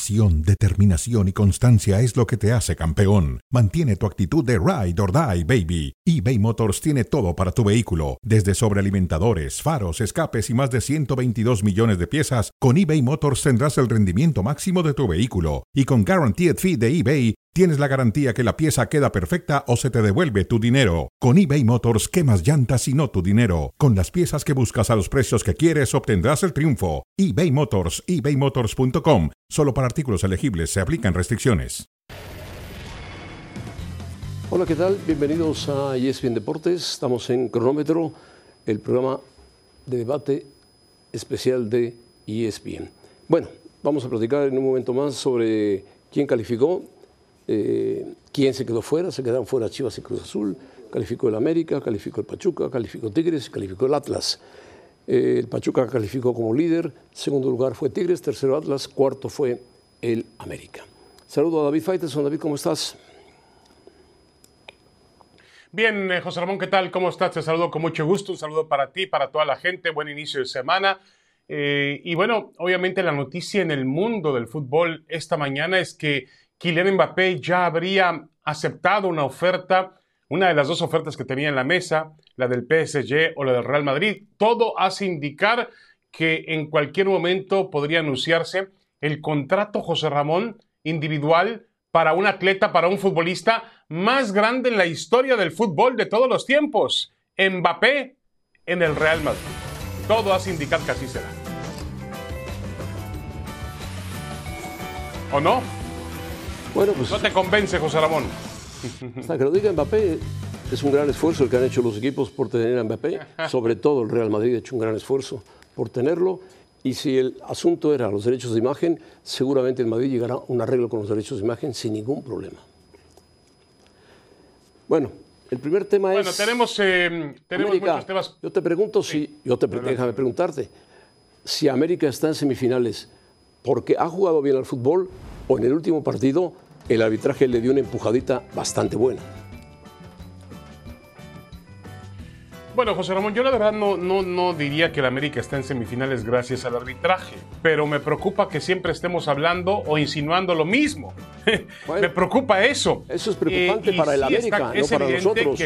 Pasión, determinación y constancia es lo que te hace campeón. Mantiene tu actitud de ride or die, baby. eBay Motors tiene todo para tu vehículo, desde sobrealimentadores, faros, escapes y más de 122 millones de piezas. Con eBay Motors tendrás el rendimiento máximo de tu vehículo. Y con Guaranteed Fee de eBay, tienes la garantía que la pieza queda perfecta o se te devuelve tu dinero. Con eBay Motors, quemas llantas y no tu dinero. Con las piezas que buscas a los precios que quieres, obtendrás el triunfo. eBay Motors, ebaymotors.com. Solo para artículos elegibles se aplican restricciones. Hola, ¿qué tal? Bienvenidos a ESPN Deportes. Estamos en Cronómetro, el programa de debate especial de ESPN. Bueno, vamos a platicar en un momento más sobre quién calificó, quién se quedó fuera. Se quedaron fuera Chivas y Cruz Azul, calificó el América, calificó el Pachuca, calificó Tigres, calificó el Atlas. El Pachuca calificó como líder, segundo lugar fue Tigres, tercero Atlas, cuarto fue el América. Saludo a David Faitelson. David, ¿cómo estás? Bien, José Ramón, ¿qué tal? ¿Cómo estás? Te saludo con mucho gusto, un saludo para ti, para toda la gente, buen inicio de semana. Y bueno, obviamente la noticia en el mundo del fútbol esta mañana es que Kylian Mbappé ya habría aceptado una oferta, una de las dos ofertas que tenía en la mesa, la del PSG o la del Real Madrid. Todo hace indicar que en cualquier momento podría anunciarse el contrato, José Ramón, individual para un atleta, para un futbolista más grande en la historia del fútbol de todos los tiempos. Mbappé en el Real Madrid. Todo hace indicar que así será. ¿O no? Bueno, pues ¿No te convence, José Ramón? hasta que lo diga Mbappé, es un gran esfuerzo el que han hecho los equipos por tener a Mbappé, sobre todo el Real Madrid ha hecho un gran esfuerzo por tenerlo, y si el asunto era los derechos de imagen, seguramente el Madrid llegará a un arreglo con los derechos de imagen sin ningún problema. Bueno, el primer tema Bueno, es... tenemos América, muchos temas. yo te pregunto si... Déjame preguntarte, si América está en semifinales porque ha jugado bien al fútbol o en el último partido el arbitraje le dio una empujadita bastante buena. Bueno, José Ramón, yo la verdad no diría que el América está en semifinales gracias al arbitraje, pero me preocupa que siempre estemos hablando o insinuando lo mismo. Bueno, me preocupa eso. Eso es preocupante para el América, no para nosotros.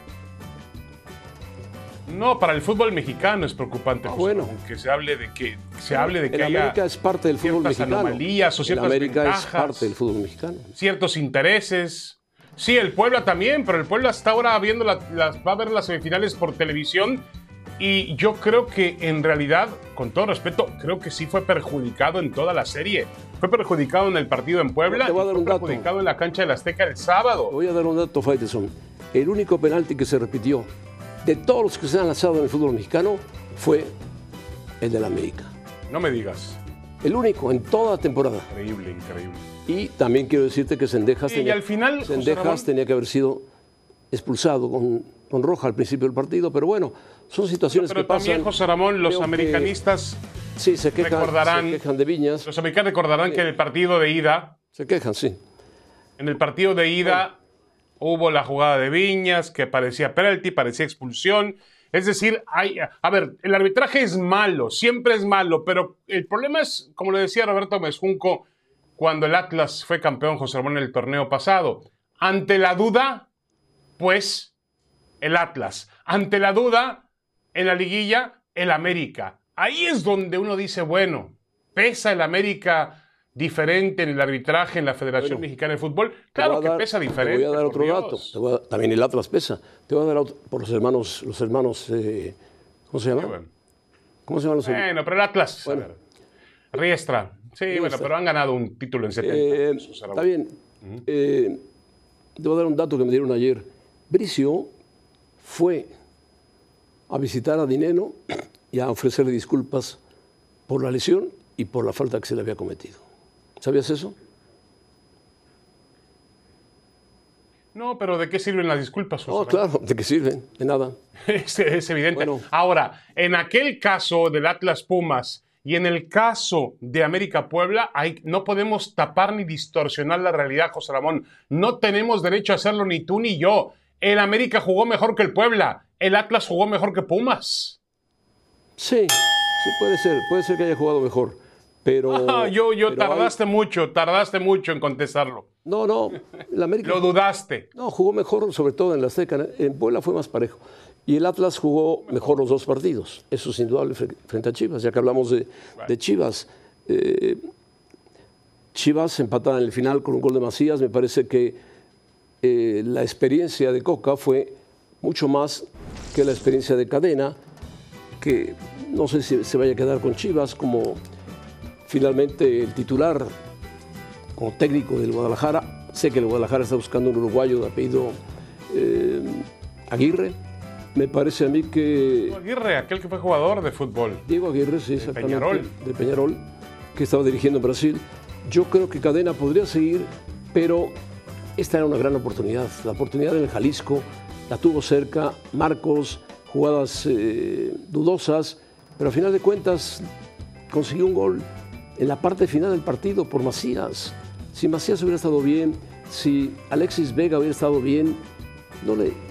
No, para el fútbol mexicano es preocupante, José bueno. Ramón, que se hable de que el América es parte del fútbol mexicano. Anomalías o ciertas el América ventajas, es parte del fútbol mexicano. Ciertos intereses. Sí, el Puebla también, pero el Puebla hasta ahora viendo va a ver las semifinales por televisión y yo creo que en realidad, con todo respeto, creo que sí fue perjudicado en toda la serie. Fue perjudicado en el partido en Puebla y fue perjudicado en la cancha del Azteca el sábado. Te voy a dar un dato, Faitelson. El único penalti que se repitió de todos los que se han lanzado en el fútbol mexicano fue el del América. No me digas. El único en toda la temporada. Increíble, increíble. Y también quiero decirte que Cendejas, tenía que haber sido expulsado con roja al principio del partido, pero bueno, son situaciones que pasan. Pero también, José Ramón, los americanistas se quejan de Viñas. Los americanos recordarán que en el partido de ida... Se quejan, sí. En el partido de ida hubo la jugada de Viñas, que parecía penalti, parecía expulsión. Es decir, a ver, el arbitraje es malo, siempre es malo, pero el problema es, como le decía Roberto Mezcunco, cuando el Atlas fue campeón, José Ramón, en el torneo pasado. Ante la duda, pues, el Atlas. Ante la duda, en la liguilla, el América. Ahí es donde uno dice, bueno, pesa el América diferente en el arbitraje en la Federación Mexicana de Fútbol. Claro que pesa diferente. Te voy a dar otro dato. También el Atlas pesa. Te voy a dar otro, por los hermanos, ¿cómo se llaman? Bueno. ¿Cómo se llaman los hermanos? Bueno, pero el Atlas, bueno. a ver, Riestra. Sí, bueno, pero han ganado un título en 70. Está bien. Te voy a dar un dato que me dieron ayer. Bricio fue a visitar a Dineno y a ofrecerle disculpas por la lesión y por la falta que se le había cometido. ¿Sabías eso? No, pero ¿de qué sirven las disculpas, José? No, claro, ¿de qué sirven? De nada. Es evidente. Bueno. Ahora, en aquel caso del Atlas Pumas y en el caso de América Puebla, no podemos tapar ni distorsionar la realidad, José Ramón. No tenemos derecho a hacerlo ni tú ni yo. El América jugó mejor que el Puebla. El Atlas jugó mejor que Pumas. Sí, puede ser que haya jugado mejor. Pero, yo pero tardaste mucho en contestarlo. No, el América... Lo dudaste. No, jugó mejor, sobre todo en la Azteca. En Puebla fue más parejo. Y el Atlas jugó mejor los dos partidos. Eso es indudable frente a Chivas, ya que hablamos de Chivas. Chivas empatada en el final con un gol de Macías. Me parece que la experiencia de Coca fue mucho más que la experiencia de Cadena, que no sé si se vaya a quedar con Chivas como finalmente el titular como técnico del Guadalajara. Sé que el Guadalajara está buscando un uruguayo de apellido Aguirre. Me parece a mí que... Aguirre, aquel que fue jugador de fútbol. Diego Aguirre, sí, exactamente. Peñarol. De Peñarol, que estaba dirigiendo en Brasil. Yo creo que Cadena podría seguir, pero esta era una gran oportunidad. La oportunidad en el Jalisco la tuvo cerca Marcos, jugadas dudosas, pero a final de cuentas consiguió un gol en la parte final del partido por Macías. Si Macías hubiera estado bien, si Alexis Vega hubiera estado bien, no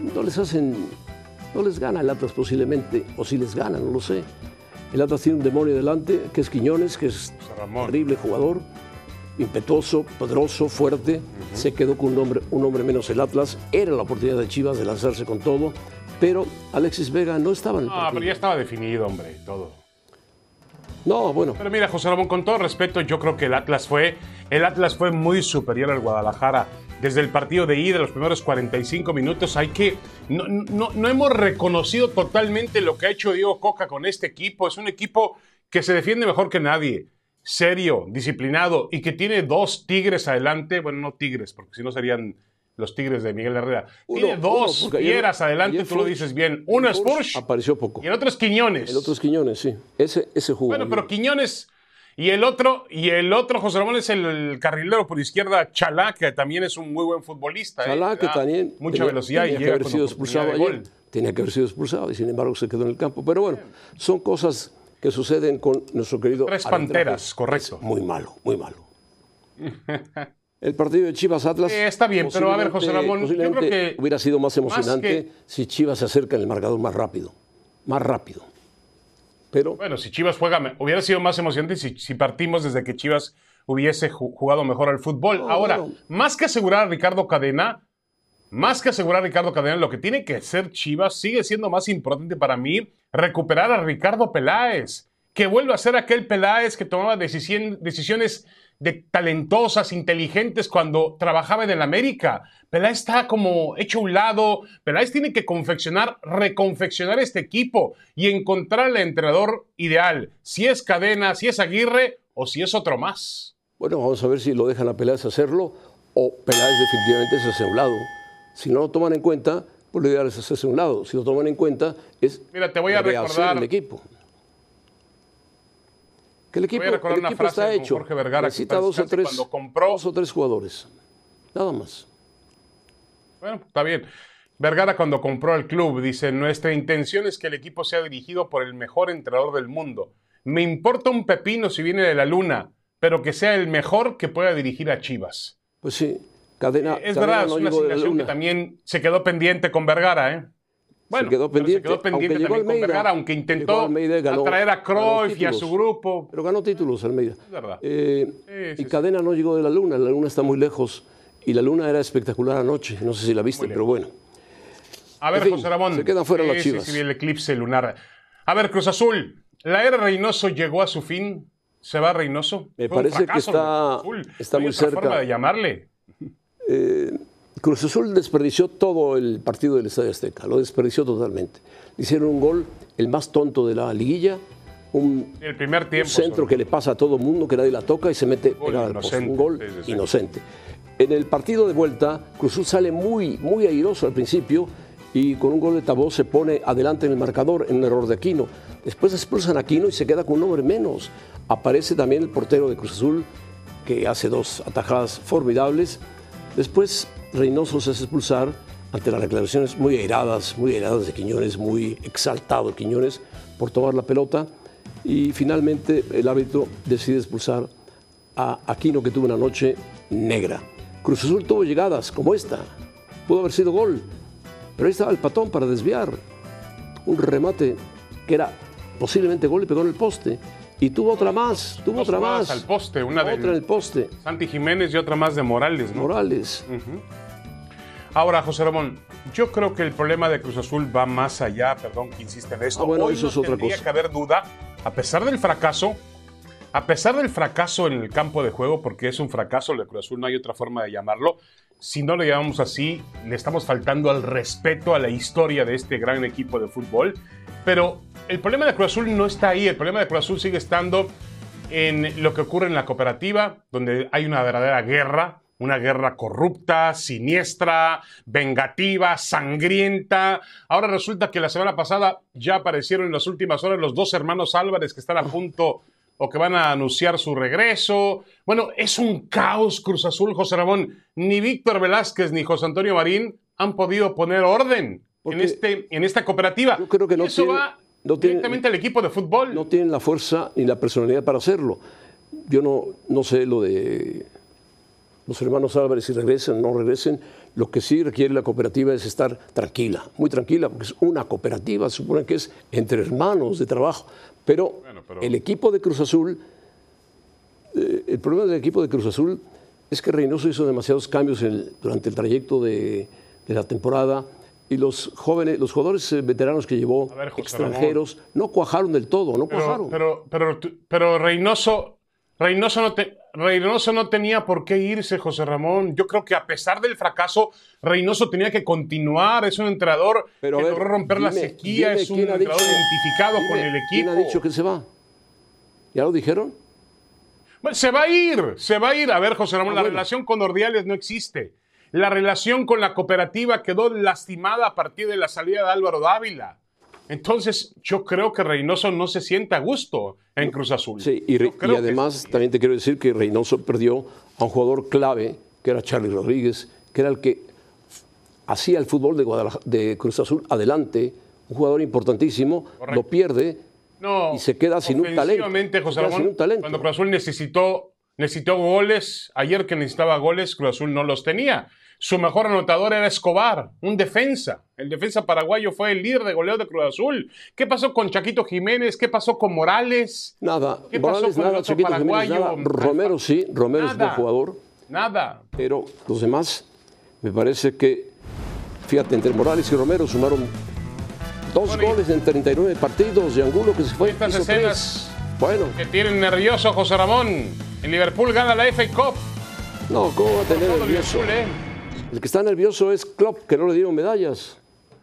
les gana el Atlas posiblemente, o si les gana, no lo sé. El Atlas tiene un demonio delante, que es Quiñones, que es terrible jugador, impetuoso, poderoso, fuerte. Se quedó con un hombre menos el Atlas. Era la oportunidad de Chivas de lanzarse con todo, pero Alexis Vega no estaba en el partido. Pero ya estaba definido, hombre, todo. No, bueno. Pero mira, José Ramón, con todo respeto, yo creo que el Atlas fue muy superior al Guadalajara. Desde el partido de ida, los primeros 45 minutos, no hemos reconocido totalmente lo que ha hecho Diego Coca con este equipo. Es un equipo que se defiende mejor que nadie, serio, disciplinado y que tiene dos tigres adelante. Bueno, no tigres, porque si no serían los Tigres de Miguel Herrera. Tiene dos fieras adelante, tú lo dices bien. Uno es Furch. Apareció poco. Y el otro es Quiñones. El otro es Quiñones, sí. Ese jugó. Bueno, pero Quiñones... Y el otro, José Ramón, es el carrilero por izquierda, Chalá, que también es un muy buen futbolista. Chalá, que también mucha velocidad y llega con expulsado ayer. Tenía que haber sido expulsado y sin embargo se quedó en el campo. Pero bueno, son cosas que suceden con nuestro querido Tres Panteras, correcto. Muy malo, muy malo. El partido de Chivas-Atlas... está bien, pero a ver, José Ramón, yo creo que... hubiera sido más emocionante si Chivas se acerca en el marcador más rápido. Más rápido. Pero, bueno, si Chivas juega, hubiera sido más emocionante si partimos desde que Chivas hubiese jugado mejor al fútbol. Ahora, más que asegurar a Ricardo Cadena, lo que tiene que hacer Chivas sigue siendo más importante para mí recuperar a Ricardo Peláez, que vuelva a ser aquel Peláez que tomaba decisiones talentosas, inteligentes cuando trabajaba en el América. Peláez está como hecho a un lado. Peláez tiene que reconfeccionar este equipo y encontrar al entrenador ideal. Si es Cadena, si es Aguirre o si es otro más. Bueno, vamos a ver si lo dejan a Peláez hacerlo o Peláez definitivamente se hace a un lado. Si no lo toman en cuenta, pues lo ideal es hacerse a un lado. Si lo toman en cuenta, es te voy a recordar el equipo. El equipo está hecho. Jorge Vergara, necesita dos o tres jugadores. Nada más. Bueno, está bien. Vergara cuando compró el club dice, nuestra intención es que el equipo sea dirigido por el mejor entrenador del mundo. Me importa un pepino si viene de la luna, pero que sea el mejor que pueda dirigir a Chivas. Pues sí, Cadena. Es verdad, es una asignación que también se quedó pendiente con Vergara, ¿eh? Bueno, se quedó pendiente aunque llegó Almeida, con Vergara, aunque intentó atraer a Cruyff y a su grupo. Pero ganó títulos, Almeida. Es verdad. Y Cadena no llegó de la luna está muy lejos. Y la luna era espectacular anoche, no sé si la viste, pero bueno. A ver, José Ramón. Se quedan fuera las Chivas. Sí, el eclipse lunar. A ver, Cruz Azul, ¿la era Reynoso llegó a su fin? ¿Se va Reynoso? Me parece que está muy cerca. Forma de llamarle. Cruz Azul desperdició todo el partido del Estadio Azteca, lo desperdició totalmente. Le hicieron un gol, el más tonto de la liguilla, el primer tiempo, un centro que le pasa a todo el mundo, que nadie la toca y se mete pegada al poste. Un gol inocente. En el partido de vuelta, Cruz Azul sale muy airoso al principio y con un gol de Tabó se pone adelante en el marcador en un error de Aquino. Después expulsan a Aquino y se queda con un hombre menos. Aparece también el portero de Cruz Azul, que hace dos atajadas formidables. Después Reynoso se hace expulsar ante las declaraciones muy airadas de Quiñones, muy exaltado Quiñones por tomar la pelota. Y finalmente el árbitro decide expulsar a Aquino, que tuvo una noche negra. Cruz Azul tuvo llegadas como esta. Pudo haber sido gol, pero ahí estaba el Patón para desviar. Un remate que era posiblemente gol y pegó en el poste. Y tuvo otra más, otra más. Al poste, una otra en el poste. Santi Jiménez y otra más de Morales, ¿no? Morales. Ahora, José Ramón, yo creo que el problema de Cruz Azul va más allá, perdón que insiste en esto. Bueno, Hoy eso no es otra tendría cosa. que haber duda, a pesar del fracaso en el campo de juego, porque es un fracaso lo de Cruz Azul, no hay otra forma de llamarlo. Si no lo llamamos así, le estamos faltando al respeto a la historia de este gran equipo de fútbol. Pero el problema de Cruz Azul no está ahí, el problema de Cruz Azul sigue estando en lo que ocurre en la cooperativa, donde hay una verdadera guerra, una guerra corrupta, siniestra, vengativa, sangrienta. Ahora resulta que la semana pasada ya aparecieron en las últimas horas los dos hermanos Álvarez que están a punto o que van a anunciar su regreso. Bueno, es un caos Cruz Azul, José Ramón. Ni Víctor Velázquez ni José Antonio Marín han podido poner orden en esta cooperativa. Yo creo que eso va directamente al equipo de fútbol. No tienen la fuerza ni la personalidad para hacerlo. Yo no sé lo de los hermanos Álvarez, si regresen o no regresen. Lo que sí requiere la cooperativa es estar tranquila, muy tranquila, porque es una cooperativa, se supone que es entre hermanos de trabajo. Pero el equipo de Cruz Azul, el problema del equipo de Cruz Azul es que Reynoso hizo demasiados cambios durante el trayecto de la temporada y los jugadores veteranos que llevó, extranjeros, no cuajaron del todo, no cuajaron. Pero Reynoso no tenía por qué irse, José Ramón. Yo creo que a pesar del fracaso, Reynoso tenía que continuar. Es un entrenador que logró romper la sequía, es un entrenador identificado con el equipo. ¿Quién ha dicho que se va? ¿Ya lo dijeron? Bueno, se va a ir. A ver, José Ramón, la relación con Ordiales no existe. La relación con la cooperativa quedó lastimada a partir de la salida de Álvaro Dávila. Entonces, yo creo que Reynoso no se siente a gusto en Cruz Azul. Sí, y además también te quiero decir que Reynoso perdió a un jugador clave, que era Charly Rodríguez, que era el que hacía el fútbol de Cruz Azul adelante, un jugador importantísimo. Correcto. Lo pierde y se queda sin un talento. José Ramón, cuando Cruz Azul necesitó goles, ayer que necesitaba goles, Cruz Azul no los tenía. Su mejor anotador era Escobar, un defensa. El defensa paraguayo fue el líder de goleo de Cruz Azul. ¿Qué pasó con Chaquito Jiménez? ¿Qué pasó con Morales? Nada. ¿Qué pasó con el otro Chaquito paraguayo? Jiménez, nada. Romero sí, Romero es buen jugador. Nada. Pero los demás, me parece que, fíjate, entre Morales y Romero sumaron 2 goles en 39 partidos. Y Angulo que se fue. Estas escenas que tienen nervioso a José Ramón. En Liverpool gana la FA Cup. No, ¿cómo va a tener nervioso? El que está nervioso es Klopp, que no le dieron medallas.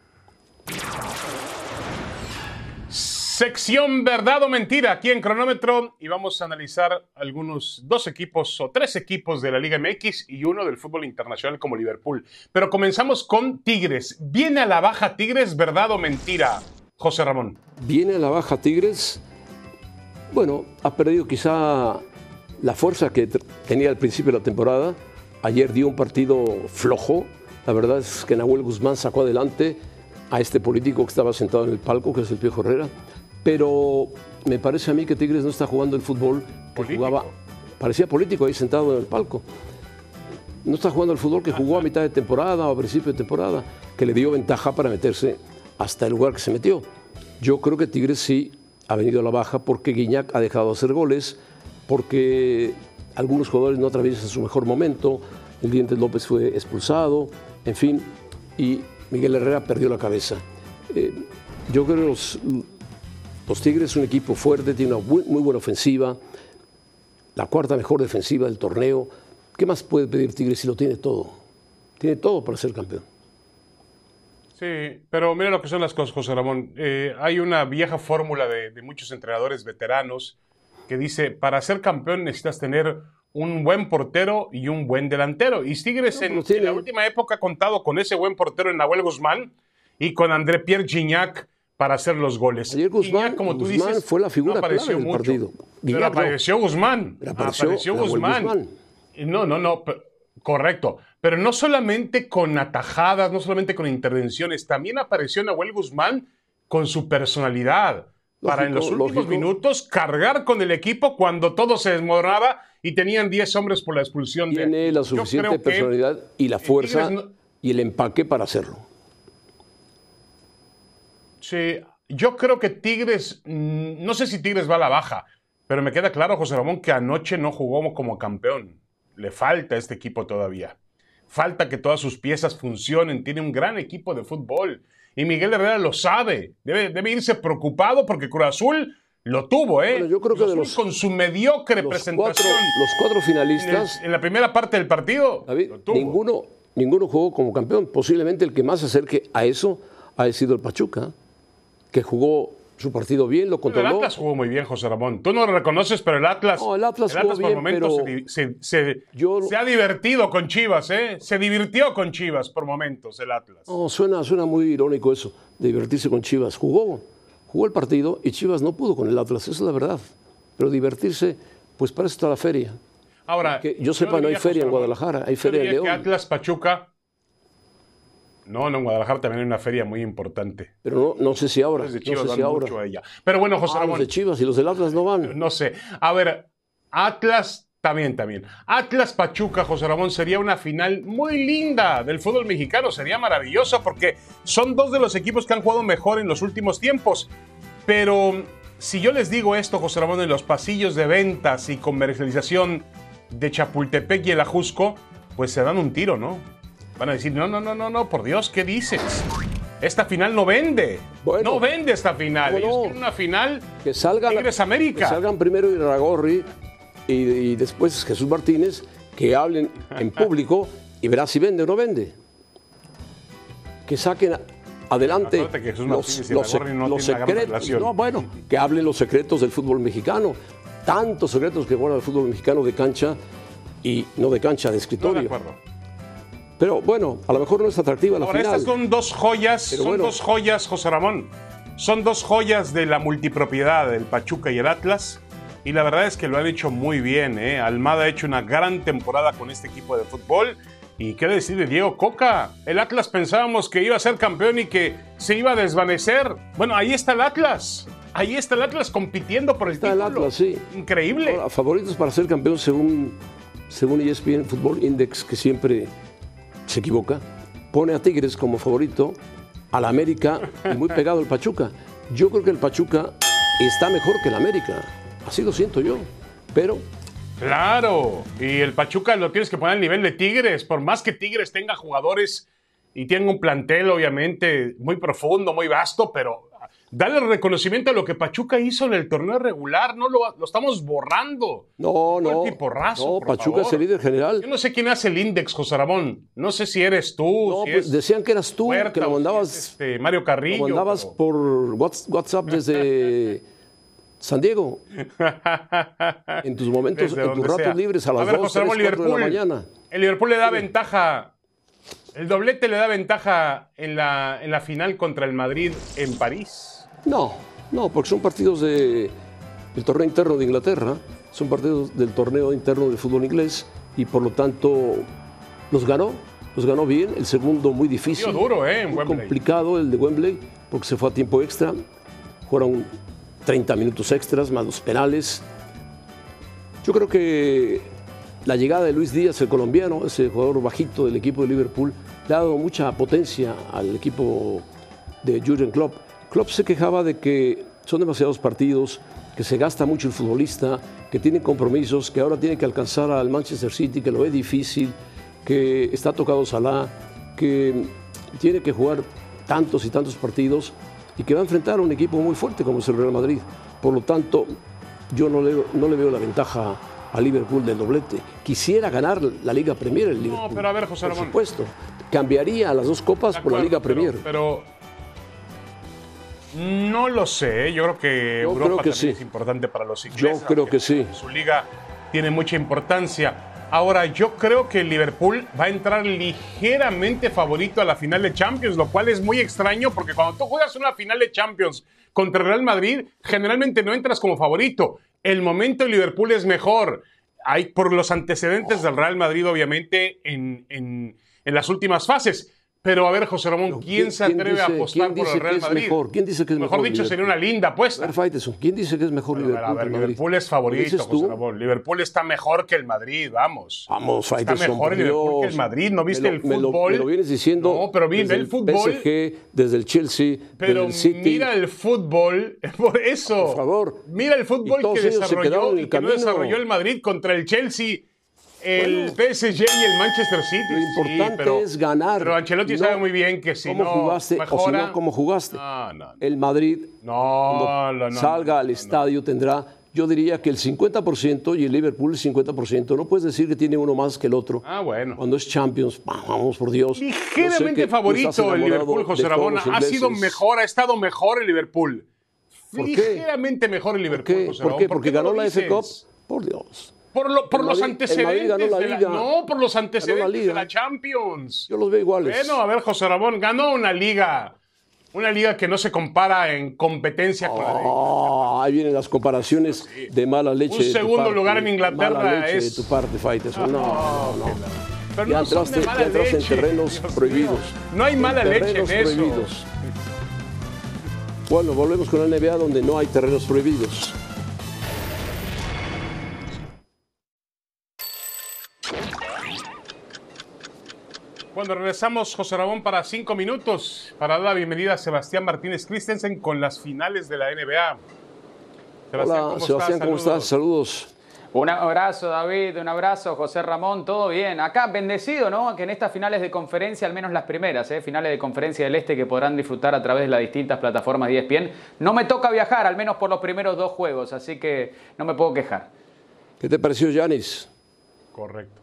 Sección verdad o mentira aquí en Cronómetro y vamos a analizar algunos 2 equipos o 3 equipos de la Liga MX y uno del fútbol internacional como Liverpool. Pero comenzamos con Tigres. ¿Viene a la baja Tigres, verdad o mentira, José Ramón? ¿Viene a la baja Tigres? Bueno, ha perdido quizá la fuerza que tenía al principio de la temporada. Ayer dio un partido flojo. La verdad es que Nahuel Guzmán sacó adelante a este político que estaba sentado en el palco, que es el Piojo Herrera. Pero me parece a mí que Tigres no está jugando el fútbol que jugaba. Parecía político ahí sentado en el palco. No está jugando el fútbol que jugó a mitad de temporada o a principio de temporada, que le dio ventaja para meterse hasta el lugar que se metió. Yo creo que Tigres sí ha venido a la baja porque Guiñac ha dejado de hacer goles, porque algunos jugadores no atraviesan su mejor momento, el Dientes López fue expulsado, en fin, y Miguel Herrera perdió la cabeza. Yo creo que los Tigres es un equipo fuerte, tiene una muy buena ofensiva, la 4ª mejor defensiva del torneo. ¿Qué más puede pedir Tigres si lo tiene todo? Tiene todo para ser campeón. Sí, pero mira lo que son las cosas, José Ramón. Hay una vieja fórmula de muchos entrenadores veteranos que dice, para ser campeón necesitas tener un buen portero y un buen delantero. Y Tigres en la última época ha contado con ese buen portero en Nahuel Guzmán y con André Pierre Gignac para hacer los goles. Ayer Guzmán, como tú dices, fue la figura clave del partido. Pero apareció Guzmán. Apareció Guzmán. No, correcto. Pero no solamente con atajadas, no solamente con intervenciones, también apareció Nahuel Guzmán con su personalidad. Para en los últimos minutos cargar con el equipo cuando todo se desmoronaba y tenían 10 hombres por la expulsión. Tiene la suficiente personalidad y la fuerza y el empaque para hacerlo. Sí, yo creo que Tigres, no sé si Tigres va a la baja, pero me queda claro, José Ramón, que anoche no jugó como campeón. Le falta a este equipo todavía. Falta que todas sus piezas funcionen. Tiene un gran equipo de fútbol. Y Miguel Herrera lo sabe. Debe irse preocupado porque Cruz Azul lo tuvo, ¿eh? Bueno, yo creo que con su mediocre presentación. Los cuatro finalistas. En la primera parte del partido, David, lo tuvo. ninguno jugó como campeón. Posiblemente el que más se acerque a eso ha sido el Pachuca, que jugó su partido bien, lo controló. El Atlas jugó muy bien, José Ramón. Tú no lo reconoces, pero el Atlas, No, el Atlas jugó por bien, momentos pero se ha divertido con Chivas, ¿eh? Se divirtió con Chivas por momentos el Atlas. No, suena muy irónico eso, de divertirse con Chivas. Jugó el partido y Chivas no pudo con el Atlas, esa es la verdad. Pero divertirse, pues para eso está la feria. Ahora, que yo sepa, no hay feria en Guadalajara, hay feria en León. Que Atlas, Pachuca. No, en Guadalajara también hay una feria muy importante. Pero no sé si ahora. Los de Chivas van mucho a ella. Pero bueno, José Ramón. Los de Chivas y los del Atlas no van. No sé. A ver, Atlas también. Atlas Pachuca, José Ramón, sería una final muy linda del fútbol mexicano. Sería maravilloso porque son dos de los equipos que han jugado mejor en los últimos tiempos. Pero si yo les digo esto, José Ramón, en los pasillos de ventas y comercialización de Chapultepec y el Ajusco, pues se dan un tiro, ¿no? Van a decir, no, por Dios, ¿qué dices? Esta final no vende. Bueno, no vende esta final. Ellos quieren una final que salgan Tigres América. Que salgan primero Irarrágorri y después Jesús Martínez, que hablen en público y verás si vende o no vende. Que saquen adelante que los secretos. No, bueno, que hablen los secretos del fútbol mexicano. Tantos secretos que guarda el fútbol mexicano de cancha y no de cancha, de escritorio. No, de acuerdo. Pero bueno, a lo mejor no es atractiva la final. Estas son dos joyas, dos joyas, José Ramón. Son dos joyas de la multipropiedad del Pachuca y el Atlas. Y la verdad es que lo han hecho muy bien, ¿eh? Almada ha hecho una gran temporada con este equipo de fútbol. Y qué decir de Diego Coca. El Atlas pensábamos que iba a ser campeón y que se iba a desvanecer. Bueno, ahí está el Atlas. Ahí está el Atlas compitiendo por el título. Está el Atlas, sí. Increíble. Ahora, favoritos para ser campeón según ESPN Football Index, que siempre se equivoca, pone a Tigres como favorito, a la América y muy pegado al Pachuca. Yo creo que el Pachuca está mejor que el América, así lo siento yo, pero... Claro, y el Pachuca lo tienes que poner al nivel de Tigres, por más que Tigres tenga jugadores y tenga un plantel obviamente muy profundo, muy vasto, pero dale el reconocimiento a lo que Pachuca hizo en el torneo regular, no lo estamos borrando. No, favor. Pachuca es el líder general. Yo no sé quién hace el índice, José Ramón. No sé si eres tú. No, si pues decían que eras tú, Huerta, que lo mandabas. Mario Carrillo. Lo mandabas por WhatsApp desde San Diego. En tus momentos, en tus ratos libres a las 2, 3, 4 de la mañana. El Liverpool le da ventaja. El doblete le da ventaja en la final contra el Madrid en París. No, porque son partidos del torneo interno de Inglaterra, son partidos del torneo interno del fútbol inglés y por lo tanto los ganó bien. El segundo muy difícil, duro, muy complicado el de Wembley porque se fue a tiempo extra, fueron 30 minutos extras más los penales. Yo creo que la llegada de Luis Díaz, el colombiano, ese jugador bajito del equipo de Liverpool, le ha dado mucha potencia al equipo de Jürgen Klopp. Klopp se quejaba de que son demasiados partidos, que se gasta mucho el futbolista, que tiene compromisos, que ahora tiene que alcanzar al Manchester City, que lo ve difícil, que está tocado Salah, que tiene que jugar tantos y tantos partidos y que va a enfrentar a un equipo muy fuerte como es el Real Madrid. Por lo tanto, yo no le veo la ventaja a Liverpool del doblete. Quisiera ganar la Liga Premier el Liverpool. No, pero a ver, José Ramón. Por supuesto. Cambiaría las dos copas por la Liga Premier. Pero no lo sé. Yo creo que Europa también es importante para los ingleses. Yo creo que sí. Su liga tiene mucha importancia. Ahora, yo creo que el Liverpool va a entrar ligeramente favorito a la final de Champions, lo cual es muy extraño porque cuando tú juegas una final de Champions contra el Real Madrid, generalmente no entras como favorito. El momento de Liverpool es mejor. Hay por los antecedentes del Real Madrid, obviamente, en las últimas fases. Pero a ver, José Ramón, ¿quién se atreve a apostar por el Real Madrid? ¿Quién dice que es mejor? Mejor dicho, sería una linda apuesta. ¿Quién dice que es mejor Liverpool? A ver, Liverpool es favorito, José Ramón. Liverpool está mejor que el Madrid, vamos. Vamos, está mejor el Liverpool que el Madrid. ¿No viste el fútbol? Me lo vienes diciendo. No, pero bien, el fútbol. PSG, desde el Chelsea, pero desde el City. Mira el fútbol, por eso. Por favor. Mira el fútbol que desarrolló y que no desarrolló el Madrid contra el Chelsea. El PSG y el Manchester City. Lo importante es ganar. Pero Ancelotti sabe muy bien que si no jugaste, mejora... o si no, cómo jugaste. No. El Madrid, cuando salga al estadio, tendrá, yo diría que el 50% y el Liverpool el 50%. No puedes decir que tiene uno más que el otro. Bueno. Cuando es Champions, vamos por Dios. Ligeramente favorito el Liverpool, José Ramón. Ha sido mejor, ha estado mejor el Liverpool. Ligeramente mejor el Liverpool, José Ramón. ¿Por qué? Porque ganó la FA Cup. Por Dios. Por los antecedentes ganó la Liga. No, por los antecedentes de la Champions. Yo los veo iguales. Bueno, a ver, José Ramón, ganó una liga que no se compara en competencia con la de... Ahí vienen las comparaciones de mala leche. Un segundo lugar en Inglaterra mala leche es... de tu parte, Faites. No. Pero ya no son de mala leche. En terrenos prohibidos. No hay mala leche en eso. Prohibidos. Bueno, volvemos con la NBA donde no hay terrenos prohibidos. Cuando regresamos, José Ramón, para 5 minutos, para dar la bienvenida a Sebastián Martínez Christensen con las finales de la NBA. Sebastián, ¿cómo estás? Saludos. Un abrazo, David, un abrazo, José Ramón, todo bien. Acá, bendecido, ¿no? Que en estas finales de conferencia, al menos las primeras, finales de conferencia del Este que podrán disfrutar a través de las distintas plataformas de ESPN, no me toca viajar, al menos por los primeros 2 juegos, así que no me puedo quejar. ¿Qué te pareció Giannis? Correcto.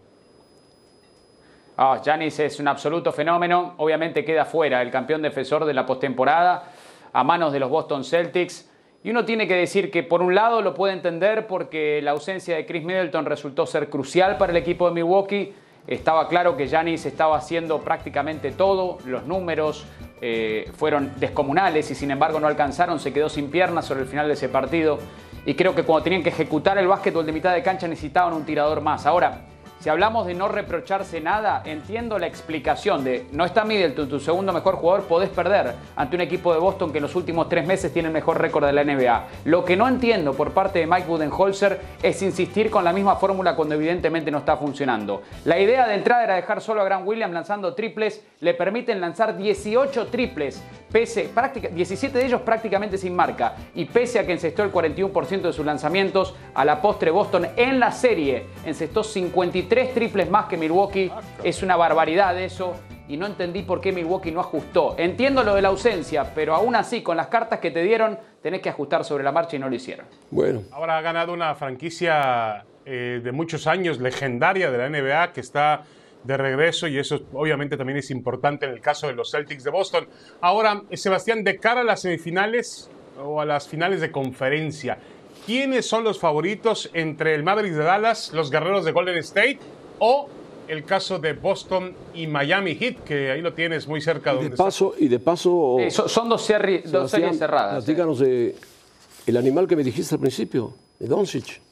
Giannis es un absoluto fenómeno. Obviamente queda fuera el campeón defensor de la postemporada a manos de los Boston Celtics. Y uno tiene que decir que por un lado lo puede entender porque la ausencia de Chris Middleton resultó ser crucial para el equipo de Milwaukee. Estaba claro que Giannis estaba haciendo prácticamente todo. Los números fueron descomunales y sin embargo no alcanzaron. Se quedó sin piernas sobre el final de ese partido. Y creo que cuando tenían que ejecutar el básquetbol de mitad de cancha necesitaban un tirador más. Ahora, si hablamos de no reprocharse nada, entiendo la explicación de no está Middleton, tu segundo mejor jugador, podés perder ante un equipo de Boston que en los últimos 3 meses tiene el mejor récord de la NBA. Lo que no entiendo por parte de Mike Budenholzer es insistir con la misma fórmula cuando evidentemente no está funcionando. La idea de entrada era dejar solo a Grant Williams lanzando triples, le permiten lanzar 18 triples, 17 de ellos prácticamente sin marca, y pese a que encestó el 41% de sus lanzamientos, a la postre Boston en la serie encestó 53 triples más que Milwaukee. Es una barbaridad eso y no entendí por qué Milwaukee no ajustó. Entiendo lo de la ausencia, pero aún así con las cartas que te dieron tenés que ajustar sobre la marcha y no lo hicieron. Bueno. Ahora ha ganado una franquicia de muchos años, legendaria de la NBA, que está de regreso y eso obviamente también es importante en el caso de los Celtics de Boston. Ahora, Sebastián, de cara a las semifinales o a las finales de conferencia, ¿quiénes son los favoritos entre el Mavericks de Dallas, los Guerreros de Golden State o el caso de Boston y Miami Heat, que ahí lo tienes muy cerca de donde y de paso son dos series cerradas. Platícanos de el animal que me dijiste al principio, de Doncic.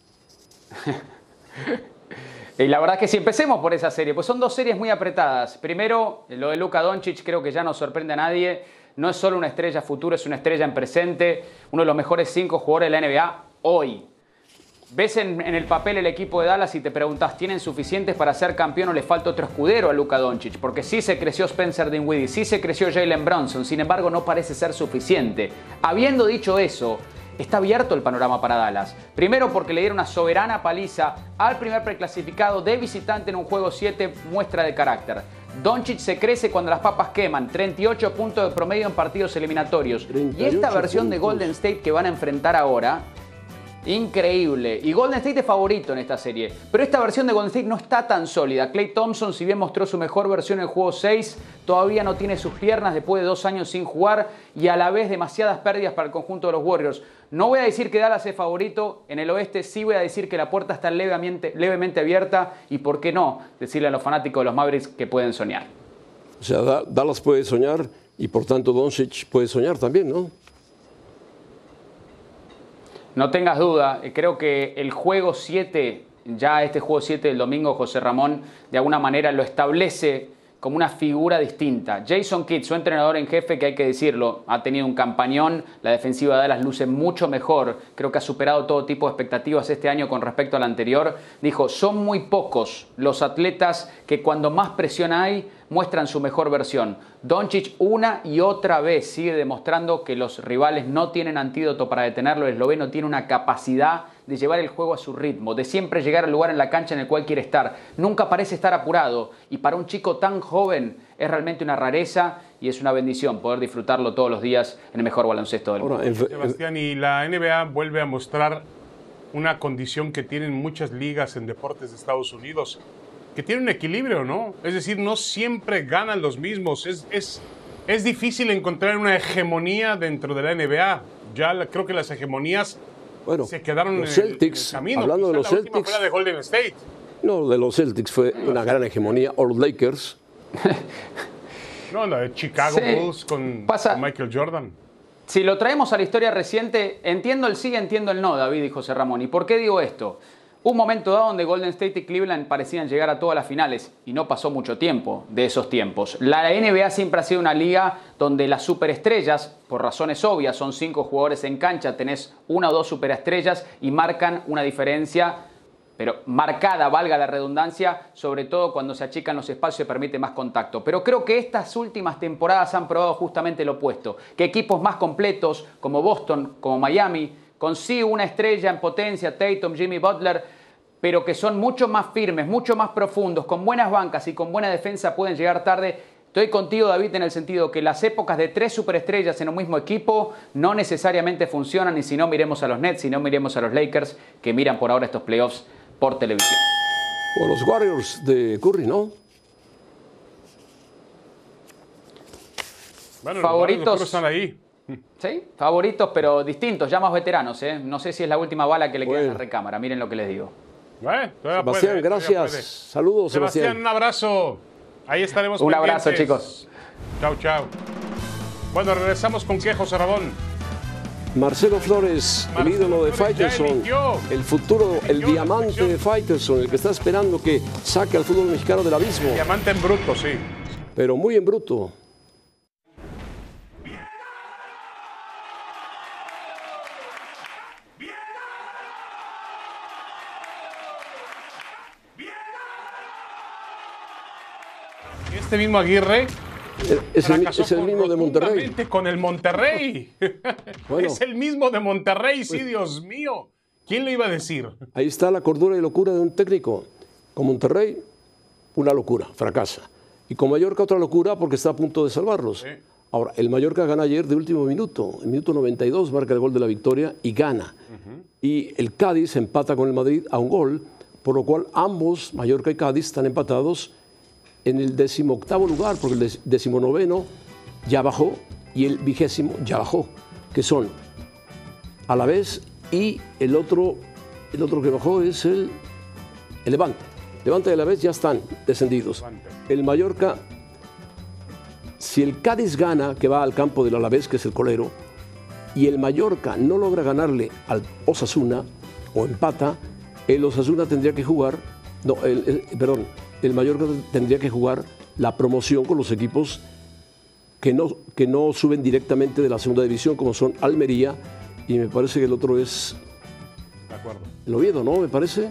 Y la verdad es que si empecemos por esa serie, pues son 2 series muy apretadas. Primero, lo de Luka Doncic creo que ya no sorprende a nadie. No es solo una estrella futuro, es una estrella en presente. Uno de los mejores 5 jugadores de la NBA hoy. Ves en el papel el equipo de Dallas y te preguntas, ¿tienen suficientes para ser campeón o le falta otro escudero a Luka Doncic? Porque sí se creció Spencer Dinwiddie, sí se creció Jalen Brunson, sin embargo no parece ser suficiente. Habiendo dicho eso, está abierto el panorama para Dallas. Primero porque le dieron una soberana paliza al primer preclasificado de visitante en un juego 7, muestra de carácter. Doncic se crece cuando las papas queman, 38 puntos de promedio en partidos eliminatorios. Y esta versión de Golden State que van a enfrentar ahora, increíble. Y Golden State es favorito en esta serie. Pero esta versión de Golden State no está tan sólida. Klay Thompson, si bien mostró su mejor versión en el juego 6, todavía no tiene sus piernas después de 2 años sin jugar y a la vez demasiadas pérdidas para el conjunto de los Warriors. No voy a decir que Dallas es favorito en el oeste, sí voy a decir que la puerta está levemente abierta y por qué no decirle a los fanáticos de los Mavericks que pueden soñar. O sea, Dallas puede soñar y por tanto Doncic puede soñar también, ¿no? No tengas duda, creo que el juego 7, ya este juego 7 del domingo, José Ramón, de alguna manera lo establece como una figura distinta. Jason Kidd, su entrenador en jefe, que hay que decirlo, ha tenido un campañón, la defensiva de Dallas luce mucho mejor, creo que ha superado todo tipo de expectativas este año con respecto al anterior. Dijo, son muy pocos los atletas que cuando más presión hay muestran su mejor versión. Doncic una y otra vez sigue demostrando que los rivales no tienen antídoto para detenerlo. El esloveno tiene una capacidad de llevar el juego a su ritmo, de siempre llegar al lugar en la cancha en el cual quiere estar. Nunca parece estar apurado y para un chico tan joven es realmente una rareza y es una bendición poder disfrutarlo todos los días en el mejor baloncesto del mundo. Sebastián, y la NBA vuelve a mostrar una condición que tienen muchas ligas en deportes de Estados Unidos, que tiene un equilibrio, ¿no? Es decir, no siempre ganan los mismos. Es difícil encontrar una hegemonía dentro de la NBA. Creo que las hegemonías se quedaron los Celtics, en el camino. Hablando de los Celtics, fue la de Golden State. No, de los Celtics fue una gran hegemonía, o los Lakers. No, la de Chicago Bulls con Michael Jordan. Si lo traemos a la historia reciente, entiendo el sí, entiendo el no, David y José Ramón. ¿Y por qué digo esto? Un momento dado donde Golden State y Cleveland parecían llegar a todas las finales y no pasó mucho tiempo de esos tiempos. La NBA siempre ha sido una liga donde las superestrellas, por razones obvias, son 5 jugadores en cancha, tenés 1 o 2 superestrellas y marcan una diferencia, pero marcada, valga la redundancia, sobre todo cuando se achican los espacios y permite más contacto. Pero creo que estas últimas temporadas han probado justamente lo opuesto, que equipos más completos como Boston, como Miami, con sí una estrella en potencia, Tatum, Jimmy Butler, pero que son mucho más firmes, mucho más profundos, con buenas bancas y con buena defensa pueden llegar tarde. Estoy contigo, David, en el sentido que las épocas de 3 superestrellas en un mismo equipo no necesariamente funcionan, y si no miremos a los Nets, si no miremos a los Lakers, que miran por ahora estos playoffs por televisión. O los Warriors de Curry, ¿no? Bueno, favoritos los están ahí. Sí, favoritos, pero distintos, ya más veteranos. No sé si es la última bala que le queda en la recámara. Miren lo que les digo. Sebastián, gracias. Saludos, Sebastián, un abrazo. Ahí estaremos Un pendientes. abrazo, chicos. Chau, chau. Bueno, regresamos con qué, José Ramón. Marcelo Flores, el ídolo de Faitelson, el futuro, el diamante de Faitelson, el que está esperando que saque al fútbol mexicano del abismo. Diamante en bruto, sí. Pero muy en bruto. Este mismo Aguirre es el mismo de Monterrey. Con el Monterrey. Bueno, es el mismo de Monterrey, sí, Dios mío. ¿Quién lo iba a decir? Ahí está la cordura y locura de un técnico. Con Monterrey, una locura, fracasa. Y con Mallorca, otra locura porque está a punto de salvarlos. Sí. Ahora, el Mallorca gana ayer de último minuto. En minuto 92 marca el gol de la victoria y gana. Y el Cádiz empata con el Madrid a un gol, por lo cual ambos, Mallorca y Cádiz, están empatados en el 18º lugar, porque el 19º ya bajó y el 20º ya bajó, que son Alavés y el otro que bajó es el Levante. Levante y Alavés ya están descendidos. El Mallorca, si el Cádiz gana, que va al campo del Alavés, que es el colero, y el Mallorca no logra ganarle al Osasuna o empata, el Osasuna tendría que jugar, el Mallorca tendría que jugar la promoción con los equipos que no suben directamente de la segunda división, como son Almería, y me parece que el otro es de acuerdo. El Oviedo, ¿no? Me parece.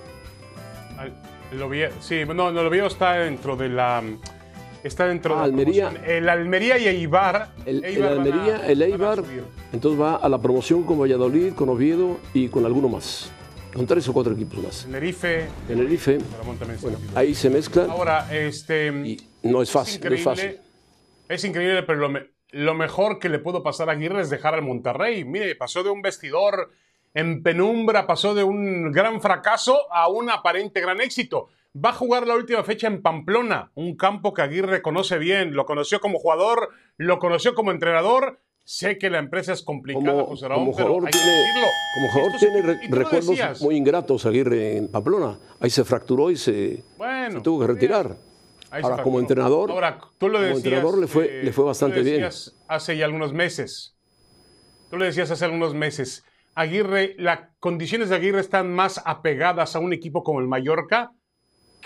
El Oviedo, sí, no, el Oviedo está dentro de la... Está dentro de Almería, la promoción. El Almería y Eibar. El Almería, el Eibar, entonces va a la promoción con Valladolid, con Oviedo y con alguno más. Con 3 o 4 equipos más. Tenerife. Bueno, ahí se mezclan. Ahora, y no es fácil, no es fácil. Es increíble, pero lo mejor que le pudo pasar a Aguirre es dejar al Monterrey. Mire, pasó de un vestidor en penumbra, pasó de un gran fracaso a un aparente gran éxito. Va a jugar la última fecha en Pamplona, un campo que Aguirre conoce bien. Lo conoció como jugador, lo conoció como entrenador. Sé que la empresa es complicada, José Ramón, pero hay que decirlo. Como jugador tiene recuerdos muy ingratos Aguirre en Pamplona. Ahí se fracturó y se tuvo que retirar. Ahora, como entrenador, tú lo decías, le fue bastante bien. Hace ya algunos meses. Tú le decías hace algunos meses, Aguirre, las condiciones de Aguirre están más apegadas a un equipo como el Mallorca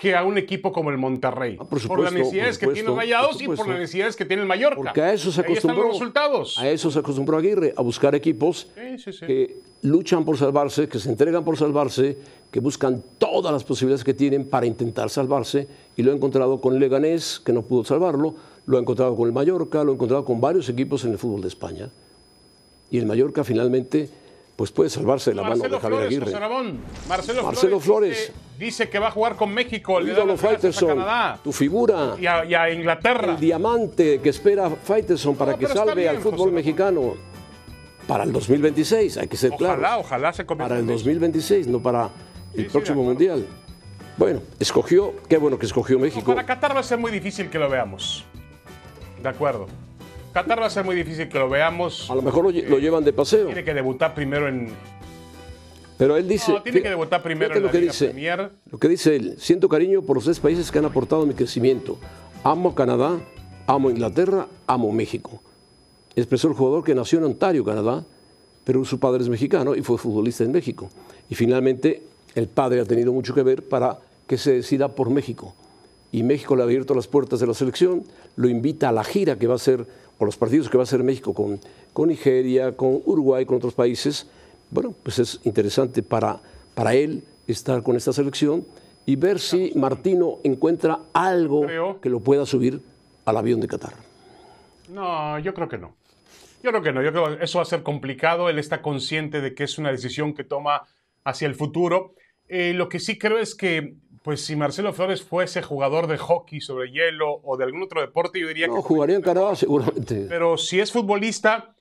que a un equipo como el Monterrey. Por supuesto, por las necesidades que tiene Rayados y por las necesidades que tiene el Mallorca. Porque a eso se acostumbró. Ahí están los resultados. A eso se acostumbró Aguirre, a buscar equipos que luchan por salvarse, que se entregan por salvarse, que buscan todas las posibilidades que tienen para intentar salvarse, y lo ha encontrado con el Leganés, que no pudo salvarlo, lo ha encontrado con el Mallorca, lo ha encontrado con varios equipos en el fútbol de España. Y el Mallorca finalmente pues puede salvarse de la mano de Javier Aguirre. José Ramón. Marcelo Flores dice que va a jugar con México. Ídolo Faitelson, tu figura. Y a Inglaterra. El diamante que espera Faitelson para que salve al fútbol mexicano para el 2026, hay que ser claros. Ojalá se convierta para el 2026, no para el próximo Mundial. Bueno, qué bueno que escogió México. Para Qatar va a ser muy difícil que lo veamos. De acuerdo. Qatar va a ser muy difícil que lo veamos. A lo mejor lo llevan de paseo. Tiene que debutar primero en... Pero él dice... No, tiene que debutar primero en la Liga Premier. Lo que dice él, siento cariño por los 3 países que han aportado a mi crecimiento. Amo a Canadá, amo a Inglaterra, amo a México. Expresó el jugador que nació en Ontario, Canadá, pero su padre es mexicano y fue futbolista en México. Y finalmente el padre ha tenido mucho que ver para que se decida por México. Y México le ha abierto las puertas de la selección, lo invita a la gira que va a hacer, o los partidos que va a hacer México con Nigeria, con Uruguay, con otros países. Bueno, pues es interesante para él estar con esta selección y ver si Martino encuentra algo que lo pueda subir al avión de Qatar. No, yo creo que no. Yo creo que eso va a ser complicado. Él está consciente de que es una decisión que toma hacia el futuro. Lo que sí creo es que, pues, si Marcelo Flores fuese jugador de hockey sobre hielo o de algún otro deporte, yo diría que... No, jugaría en Canadá seguramente. Pero si es futbolista,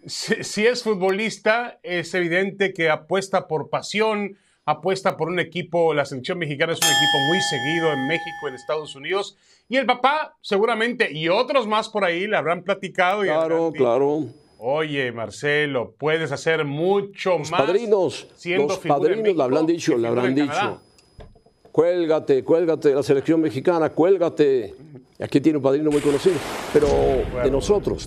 es evidente que apuesta por pasión, apuesta por un equipo. La selección mexicana es un equipo muy seguido en México, en Estados Unidos. Y el papá, seguramente, y otros más por ahí, le habrán platicado. Claro. Oye, Marcelo, puedes hacer mucho los más. Los padrinos le habrán dicho. Cuélgate de la selección mexicana, cuélgate. Aquí tiene un padrino muy conocido, pero de nosotros.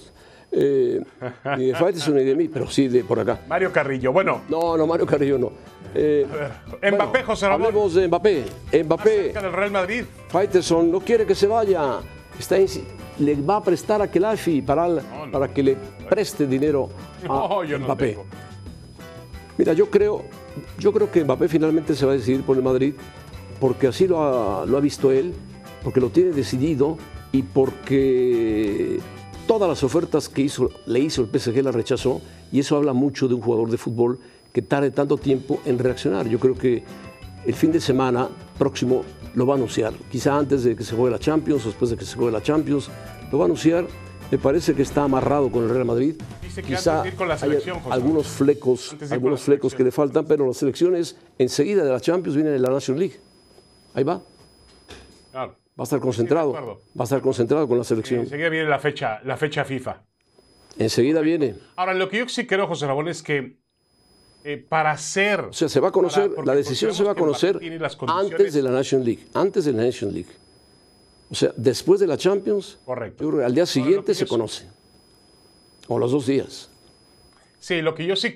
Ni de Faitelson ni de mí, pero sí de por acá. Mario Carrillo, bueno. No, Mario Carrillo no. Mbappé, José Ramón. Hablemos de Mbappé. Acerca del Real Madrid. Faitelson no quiere que se vaya. Le va a prestar a Khelaifi para que le preste dinero a Mbappé. Mira, yo creo que Mbappé finalmente se va a decidir por el Madrid porque así lo ha visto él, porque lo tiene decidido y porque todas las ofertas que le hizo el PSG las rechazó, y eso habla mucho de un jugador de fútbol que tarde tanto tiempo en reaccionar. Yo creo que el fin de semana próximo lo va a anunciar, quizá antes de que se juegue la Champions o después de que se juegue la Champions, lo va a anunciar. Me parece que está amarrado con el Real Madrid. Quizá antes de ir con la selección, hay algunos flecos que le faltan, pero las selecciones enseguida de la Champions vienen de la National League. Ahí va. Claro. Va a estar concentrado. Va a estar concentrado con la selección. Enseguida viene la fecha FIFA. Enseguida viene. Ahora, lo que yo sí creo, José Ramón, es que para hacer... O sea, se va a conocer, la decisión se va a conocer antes de la National League. Antes de la National League. O sea, después de la Champions, correcto. Yo creo que al día siguiente se conoce. O los 2 días. Sí, lo que sí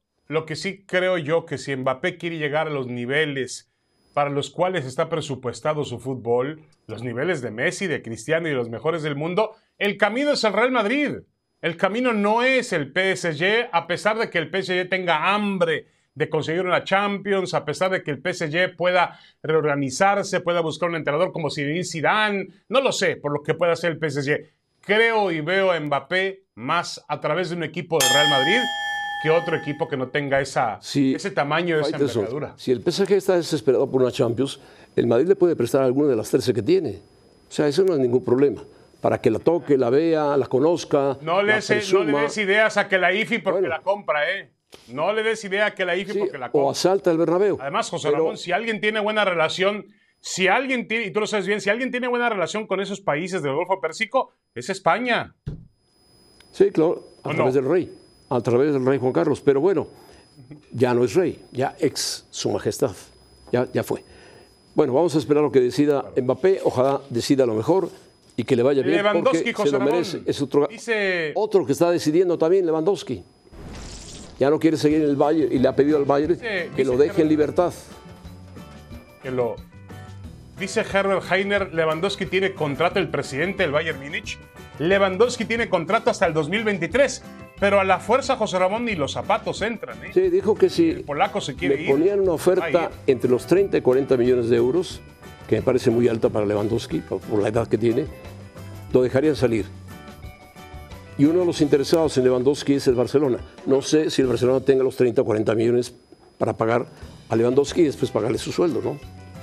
creo yo, que si Mbappé quiere llegar a los niveles para los cuales está presupuestado su fútbol, los niveles de Messi, de Cristiano y de los mejores del mundo, el camino es el Real Madrid. El camino no es el PSG, a pesar de que el PSG tenga hambre de conseguir una Champions, a pesar de que el PSG pueda reorganizarse, pueda buscar un entrenador como Zidane, no lo sé, por lo que pueda hacer el PSG. Creo y veo a Mbappé más a través de un equipo del Real Madrid que otro equipo que no tenga ese tamaño, esa envergadura. Si el PSG está desesperado por una Champions, el Madrid le puede prestar alguna de las 13 que tiene. O sea, eso no es ningún problema. Para que la toque, la vea, la conozca. No le des ideas a que la IFI porque la compra, ¿eh? No le des idea a que la IFI porque la compra. O asalta el Bernabéu. Además, José Ramón, si alguien tiene buena relación, y tú lo sabes bien, si alguien tiene buena relación con esos países del Golfo Pérsico, es España. Sí, claro, a través del rey Juan Carlos. Pero bueno, ya no es rey, ya ex su majestad, ya fue. Bueno, vamos a esperar lo que decida Mbappé, ojalá decida lo mejor y que le vaya bien, Lewandowski, porque se lo merece. Es otro que está decidiendo también, Lewandowski. Ya no quiere seguir en el Bayern y le ha pedido al Bayern que lo deje en libertad. Dice Herbert Heiner, Lewandowski tiene contrato, el presidente del Bayern Múnich. Lewandowski tiene contrato hasta el 2023, pero a la fuerza, José Ramón, ni los zapatos entran. Sí, dijo que si el polaco se quiere le ponían una oferta entre los 30 y 40 millones de euros, que me parece muy alta para Lewandowski, por la edad que tiene, lo dejarían salir. Y uno de los interesados en Lewandowski es el Barcelona. No sé si el Barcelona tenga los 30 o 40 millones para pagar a Lewandowski y después pagarle su sueldo, ¿no?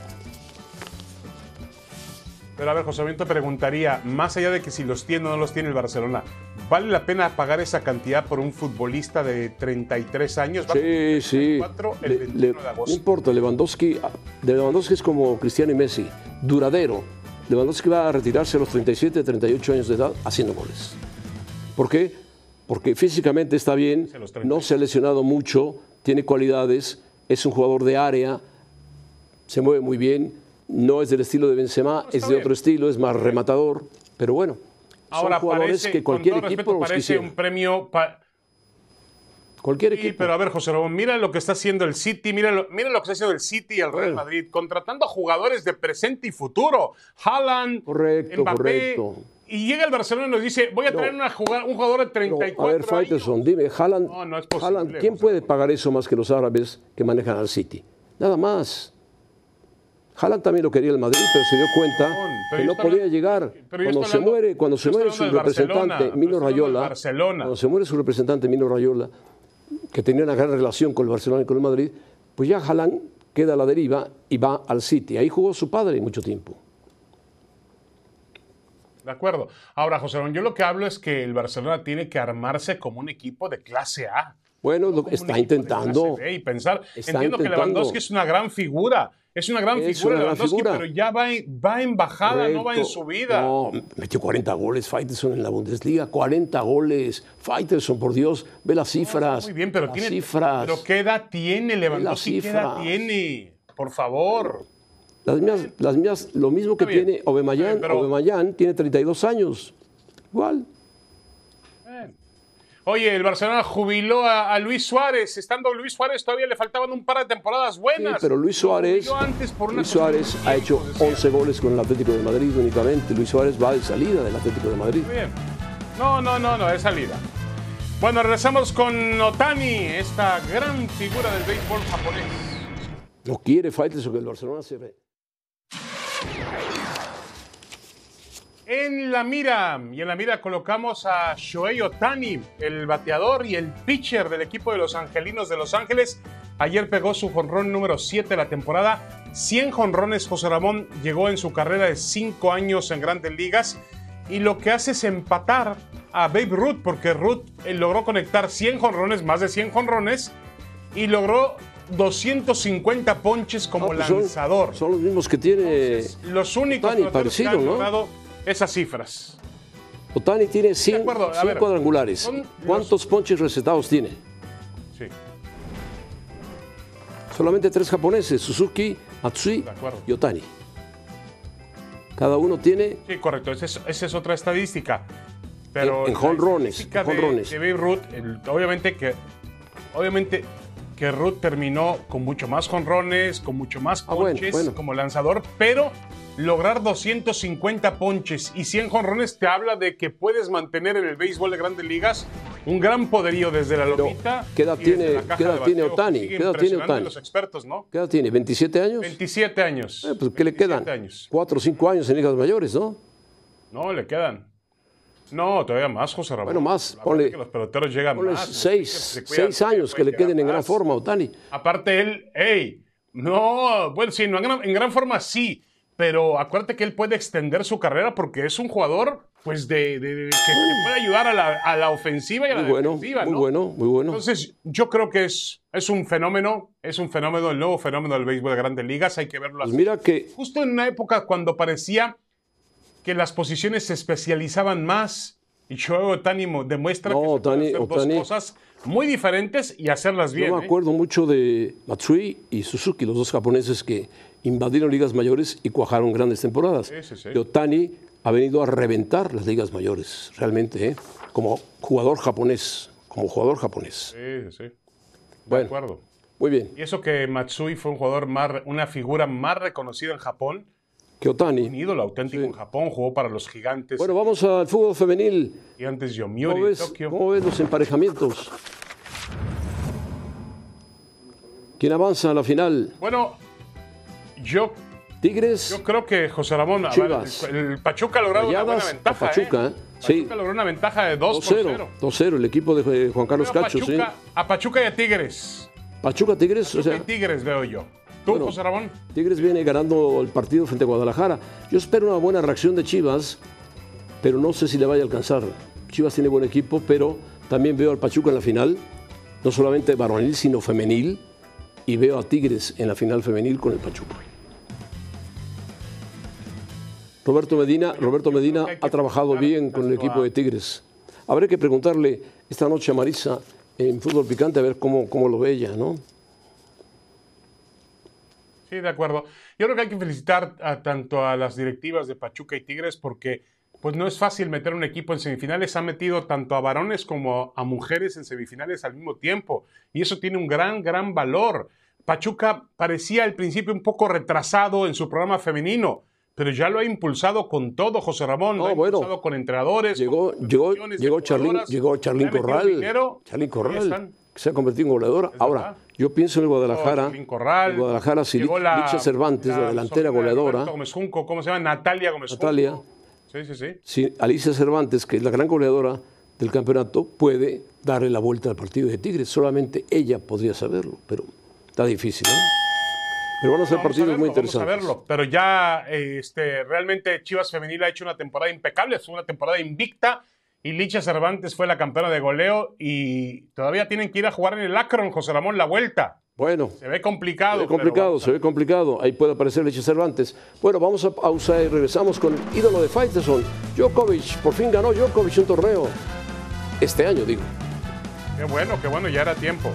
Pero a ver, José Ramón, te preguntaría, más allá de que si los tiene o no los tiene el Barcelona, ¿vale la pena pagar esa cantidad por un futbolista de 33 años? Sí, sí. El 21 de agosto. No importa, Lewandowski es como Cristiano y Messi, duradero. Lewandowski va a retirarse a los 37, 38 años de edad haciendo goles. ¿Por qué? Porque físicamente está bien, no se ha lesionado mucho, tiene cualidades, es un jugador de área, se mueve muy bien. No es del estilo de Benzema, es de otro estilo, es más rematador, pero bueno, ahora, son jugadores parece, que cualquier con todo equipo respeto, los parece quisiera. un premio Cualquier sí, equipo. pero a ver, José Ramón, mira lo que está haciendo el City, mira lo que está haciendo el City y el Real Madrid, contratando a jugadores de presente y futuro. Haaland, Correcto, Mbappé, correcto. y llega el Barcelona y nos dice, voy a traer un jugador de 34 a ver, Faitelson, dime, Haaland, No es posible, Haaland, ¿quién puede pagar eso más que los árabes que manejan al City? Nada más. Haaland también lo quería el Madrid, pero se dio cuenta que no podía llegar. Cuando se muere su representante, Mino Raiola, que tenía una gran relación con el Barcelona y con el Madrid, pues ya Haaland queda a la deriva y va al City. Ahí jugó su padre mucho tiempo. De acuerdo. Ahora, José Ramón, yo lo que hablo es que el Barcelona tiene que armarse como un equipo de clase A. Bueno, lo está intentando. Y pensar, entiendo que Lewandowski es una gran figura. Es una gran figura Lewandowski, pero ya va en bajada, correcto, no va en subida. No, metió 40 goles Faitelson en la Bundesliga, 40 goles. Faitelson, por Dios, ve las cifras. Muy bien, pero pero ¿qué edad tiene Lewandowski? ¿Qué edad tiene? Por favor. Las mías, lo mismo que tiene Aubameyang. Aubameyang tiene 32 años. Igual. Oye, el Barcelona jubiló a Luis Suárez. Estando Luis Suárez, todavía le faltaban un par de temporadas buenas. Sí, pero Luis Suárez ha hecho 11 goles con el Atlético de Madrid únicamente. Luis Suárez va de salida del Atlético de Madrid. Muy bien. No, de salida. Bueno, regresamos con Otani, esta gran figura del béisbol japonés. No quiere Faitelson que el Barcelona se ve. En la mira colocamos a Shohei Otani, el bateador y el pitcher del equipo de los Angelinos de Los Ángeles. Ayer pegó su jonrón número 7 de la temporada. 100 jonrones, José Ramón, llegó en su carrera de 5 años en Grandes Ligas. Y lo que hace es empatar a Babe Ruth, porque Ruth logró conectar 100 jonrones, más de 100 jonrones, y logró 250 ponches como lanzador. Son los mismos que tiene. Entonces, los únicos Otani, parecido, que han ¿no? logrado esas cifras. Otani tiene 100 cuadrangulares. ¿Cuántos ponches recetados tiene? Sí. Solamente 3 japoneses, Suzuki, Matsui y Otani. Cada uno tiene... Sí, correcto, esa es otra estadística. Pero en jonrones. De Babe Ruth, obviamente que Ruth terminó con mucho más jonrones, con mucho más ponches como lanzador, pero lograr 250 ponches y 100 jonrones te habla de que puedes mantener en el béisbol de Grandes Ligas un gran poderío desde la lomita. ¿Qué edad tiene Otani? ¿Qué edad tiene Otani? Los expertos, ¿no? ¿Qué edad tiene? ¿27 años? 27 años. Pues ¿qué le quedan? 4 o 5 años en ligas mayores, ¿no? No, le quedan. No, todavía más, José Ramón. Bueno, más. Ponle, que los peloteros llegan más. 6 años que le queden en gran forma a Otani. Aparte él, bueno, sí, no, en gran forma sí, pero acuérdate que él puede extender su carrera porque es un jugador, pues, que puede ayudar a la ofensiva y a la defensiva, ¿no? Muy bueno. Entonces, yo creo que es un fenómeno, el nuevo fenómeno del béisbol de Grandes Ligas, hay que verlo así. Pues mira que... Justo en una época cuando parecía que las posiciones se especializaban más y Shohei Otani demuestra que se pueden hacer dos cosas muy diferentes y hacerlas bien. Yo me acuerdo mucho de Matsui y Suzuki, los dos japoneses que invadieron ligas mayores y cuajaron grandes temporadas. Sí. Y Otani ha venido a reventar las ligas mayores, realmente, como jugador japonés. Sí. De acuerdo. Muy bien. Y eso que Matsui fue una figura más reconocida en Japón Que Otani. Un ídolo auténtico en Japón, jugó para los Gigantes. Bueno, vamos al fútbol femenil. Gigantes Yomiuri en Tokio. ¿Cómo ves los emparejamientos? ¿Quién avanza a la final? Bueno, Tigres. Yo creo que José Ramón, el Pachuca ha logrado una buena ventaja. Pachuca, Sí. Pachuca logró una ventaja de 2-0. 2-0, el equipo de Juan Carlos Cacho. A Pachuca y a Tigres. Pachuca, Tigres, Pachuca y Tigres veo yo. ¿Tú, bueno, José Ramón? Tigres viene ganando el partido frente a Guadalajara. Yo espero una buena reacción de Chivas, pero no sé si le vaya a alcanzar. Chivas tiene buen equipo, pero también veo al Pachuca en la final, no solamente varonil, sino femenil, y veo a Tigres en la final femenil con el Pachuca. Roberto Medina ha trabajado bien con el equipo de Tigres. Habrá que preguntarle esta noche a Marisa en Fútbol Picante a ver cómo lo ve ella, ¿no? Sí, de acuerdo. Yo creo que hay que felicitar tanto a las directivas de Pachuca y Tigres porque pues no es fácil meter un equipo en semifinales. Han metido tanto a varones como a mujeres en semifinales al mismo tiempo y eso tiene un gran valor. Pachuca parecía al principio un poco retrasado en su programa femenino, pero ya lo ha impulsado con todo, José Ramón. Lo ha impulsado con entrenadores. Llegó Charlín Corral, que se ha convertido en goleadora. Ahora, yo pienso en el Guadalajara. El Guadalajara, si Licha Cervantes, la delantera goleadora. ¿Cómo se llama? Natalia Gómez Junco. Natalia. Sí. Si Alicia Cervantes, que es la gran goleadora del campeonato, puede darle la vuelta al partido de Tigres. Solamente ella podría saberlo, pero está difícil, ¿no? Pero van a ser partidos muy interesantes. Vamos a verlo, pero ya realmente Chivas Femenil ha hecho una temporada impecable, fue una temporada invicta y Licha Cervantes fue la campeona de goleo y todavía tienen que ir a jugar en el Akron, José Ramón, la vuelta. Bueno. Se ve complicado. Se ve complicado. Ahí puede aparecer Licha Cervantes. Bueno, vamos a pausar y regresamos con el ídolo de Faitelson, Djokovic. Por fin ganó Djokovic un torneo. Este año, digo. Qué bueno, ya era tiempo.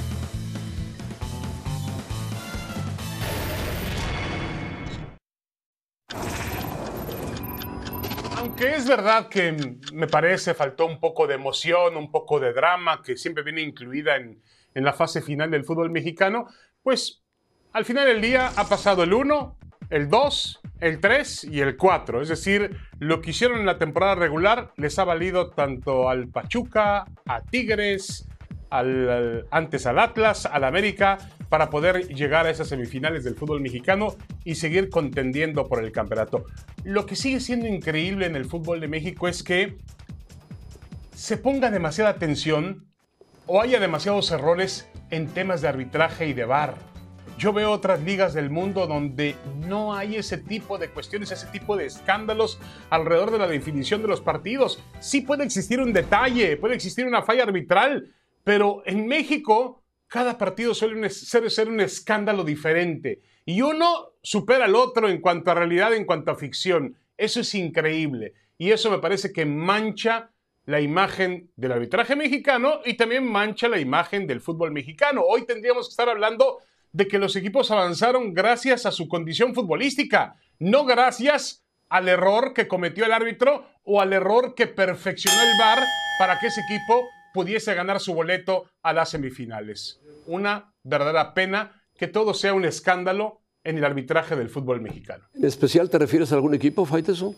Aunque es verdad que me parece faltó un poco de emoción, un poco de drama, que siempre viene incluida en la fase final del fútbol mexicano, pues al final del día ha pasado el 1, el 2, el 3 y el 4. Es decir, lo que hicieron en la temporada regular les ha valido tanto al Pachuca, a Tigres, antes al Atlas, al América, para poder llegar a esas semifinales del fútbol mexicano y seguir contendiendo por el campeonato. Lo que sigue siendo increíble en el fútbol de México es que se ponga demasiada atención o haya demasiados errores en temas de arbitraje y de VAR. Yo veo otras ligas del mundo donde no hay ese tipo de cuestiones, ese tipo de escándalos alrededor de la definición de los partidos. Sí puede existir un detalle, puede existir una falla arbitral, pero en México cada partido suele ser un escándalo diferente y uno supera al otro en cuanto a realidad, en cuanto a ficción. Eso es increíble y eso me parece que mancha la imagen del arbitraje mexicano y también mancha la imagen del fútbol mexicano. Hoy tendríamos que estar hablando de que los equipos avanzaron gracias a su condición futbolística, no gracias al error que cometió el árbitro o al error que perfeccionó el VAR para que ese equipo pudiese ganar su boleto a las semifinales. Una verdadera pena que todo sea un escándalo en el arbitraje del fútbol mexicano. ¿En especial te refieres a algún equipo, Faitelson?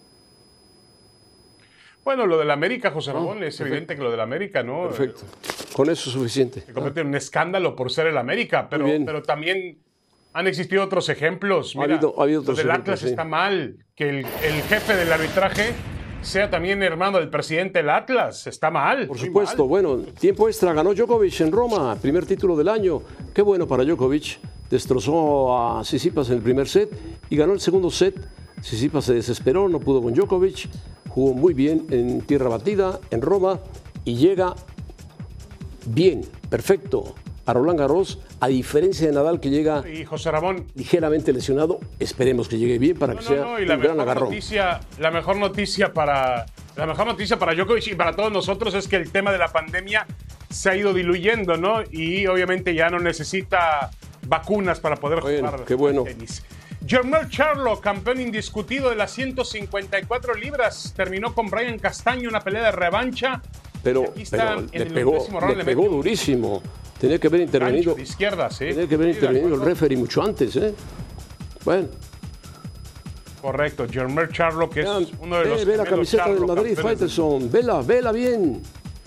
Bueno, lo del América, José Ramón, es evidente que lo del América, ¿no? Perfecto. Con eso es suficiente. Se convierte en un escándalo por ser el América, pero también han existido otros ejemplos. Mira, ha habido otros lo del Atlas está mal, que el jefe del arbitraje sea también hermano del presidente del Atlas. Está mal. Por supuesto. Bueno, tiempo extra. Ganó Djokovic en Roma. Primer título del año. Qué bueno para Djokovic. Destrozó a Tsitsipas en el primer set y ganó el segundo set. Tsitsipas se desesperó, no pudo con Djokovic. Jugó muy bien en tierra batida, en Roma. Y llega bien, perfecto, a Roland Garros, a diferencia de Nadal, que llega y José Ramón ligeramente lesionado. Esperemos que llegue bien para que sea un gran agarrón. La mejor noticia para Djokovic y para todos nosotros es que el tema de la pandemia se ha ido diluyendo, ¿no? Y obviamente ya no necesita vacunas para poder jugar tenis. Jermell Charlo, campeón indiscutido de las 154 libras, terminó con Brian Castaño una pelea de revancha. Pero le pegó durísimo. Tenía que haber intervenido. De izquierda, sí. Tenía que haber intervenido el referee mucho antes, ¿eh? Bueno. Correcto, Jermel Charlo, que es uno de los ve la camiseta del Charlo Madrid, campeones. Faitelson. Vela bien.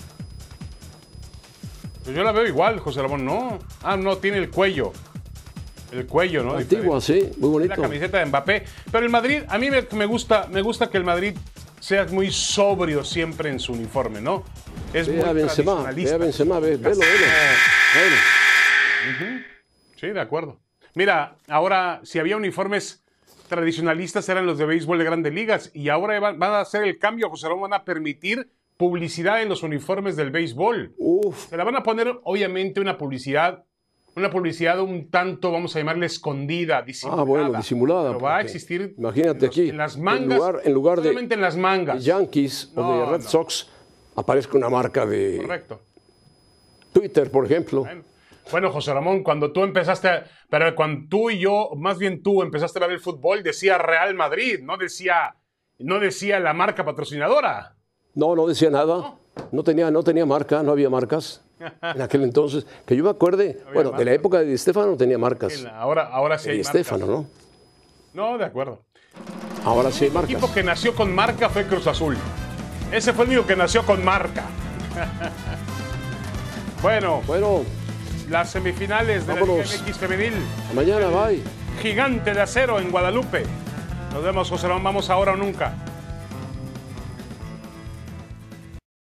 Pues yo la veo igual, José Ramón, ¿no? Ah, no, tiene el cuello. El cuello, ¿no? Antigua, Diferente. sí, muy bonito. La camiseta de Mbappé. Pero el Madrid, a mí me gusta que el Madrid sea muy sobrio siempre en su uniforme, ¿no? Es Ve muy a Benzema, tradicionalista. velo. Sí, de acuerdo. Mira, ahora, si había uniformes tradicionalistas, eran los de béisbol de Grandes Ligas, y ahora van a hacer el cambio, José Ramón, van a permitir publicidad en los uniformes del béisbol. Uf, Se la van a poner, obviamente, una publicidad un tanto, vamos a llamarle, escondida, disimulada. bueno, disimulada. Pero va a porque existir imagínate aquí, en las mangas, en lugar de solamente en las mangas. Yankees o de Red Sox, aparezca una marca de Correcto. Twitter, por ejemplo. Bueno, José Ramón, cuando tú empezaste, pero cuando tú y yo, más bien tú, empezaste a ver el fútbol, decía Real Madrid, no decía la marca patrocinadora. No decía nada. No tenía marca, no había marcas en aquel entonces. Que yo me acuerde, de la época de Di Stéfano no tenía marcas. Ahora sí hay Di marcas. Stéfano, ¿no? No, de acuerdo. Ahora sí hay El marcas. equipo que nació con marca fue Cruz Azul. Ese fue el único que nació con marca. Bueno, las semifinales de Vámonos. la Liga MX femenil. Mañana, bye. Gigante de Acero en Guadalupe. Nos vemos, José Ramón. Vamos ahora o nunca.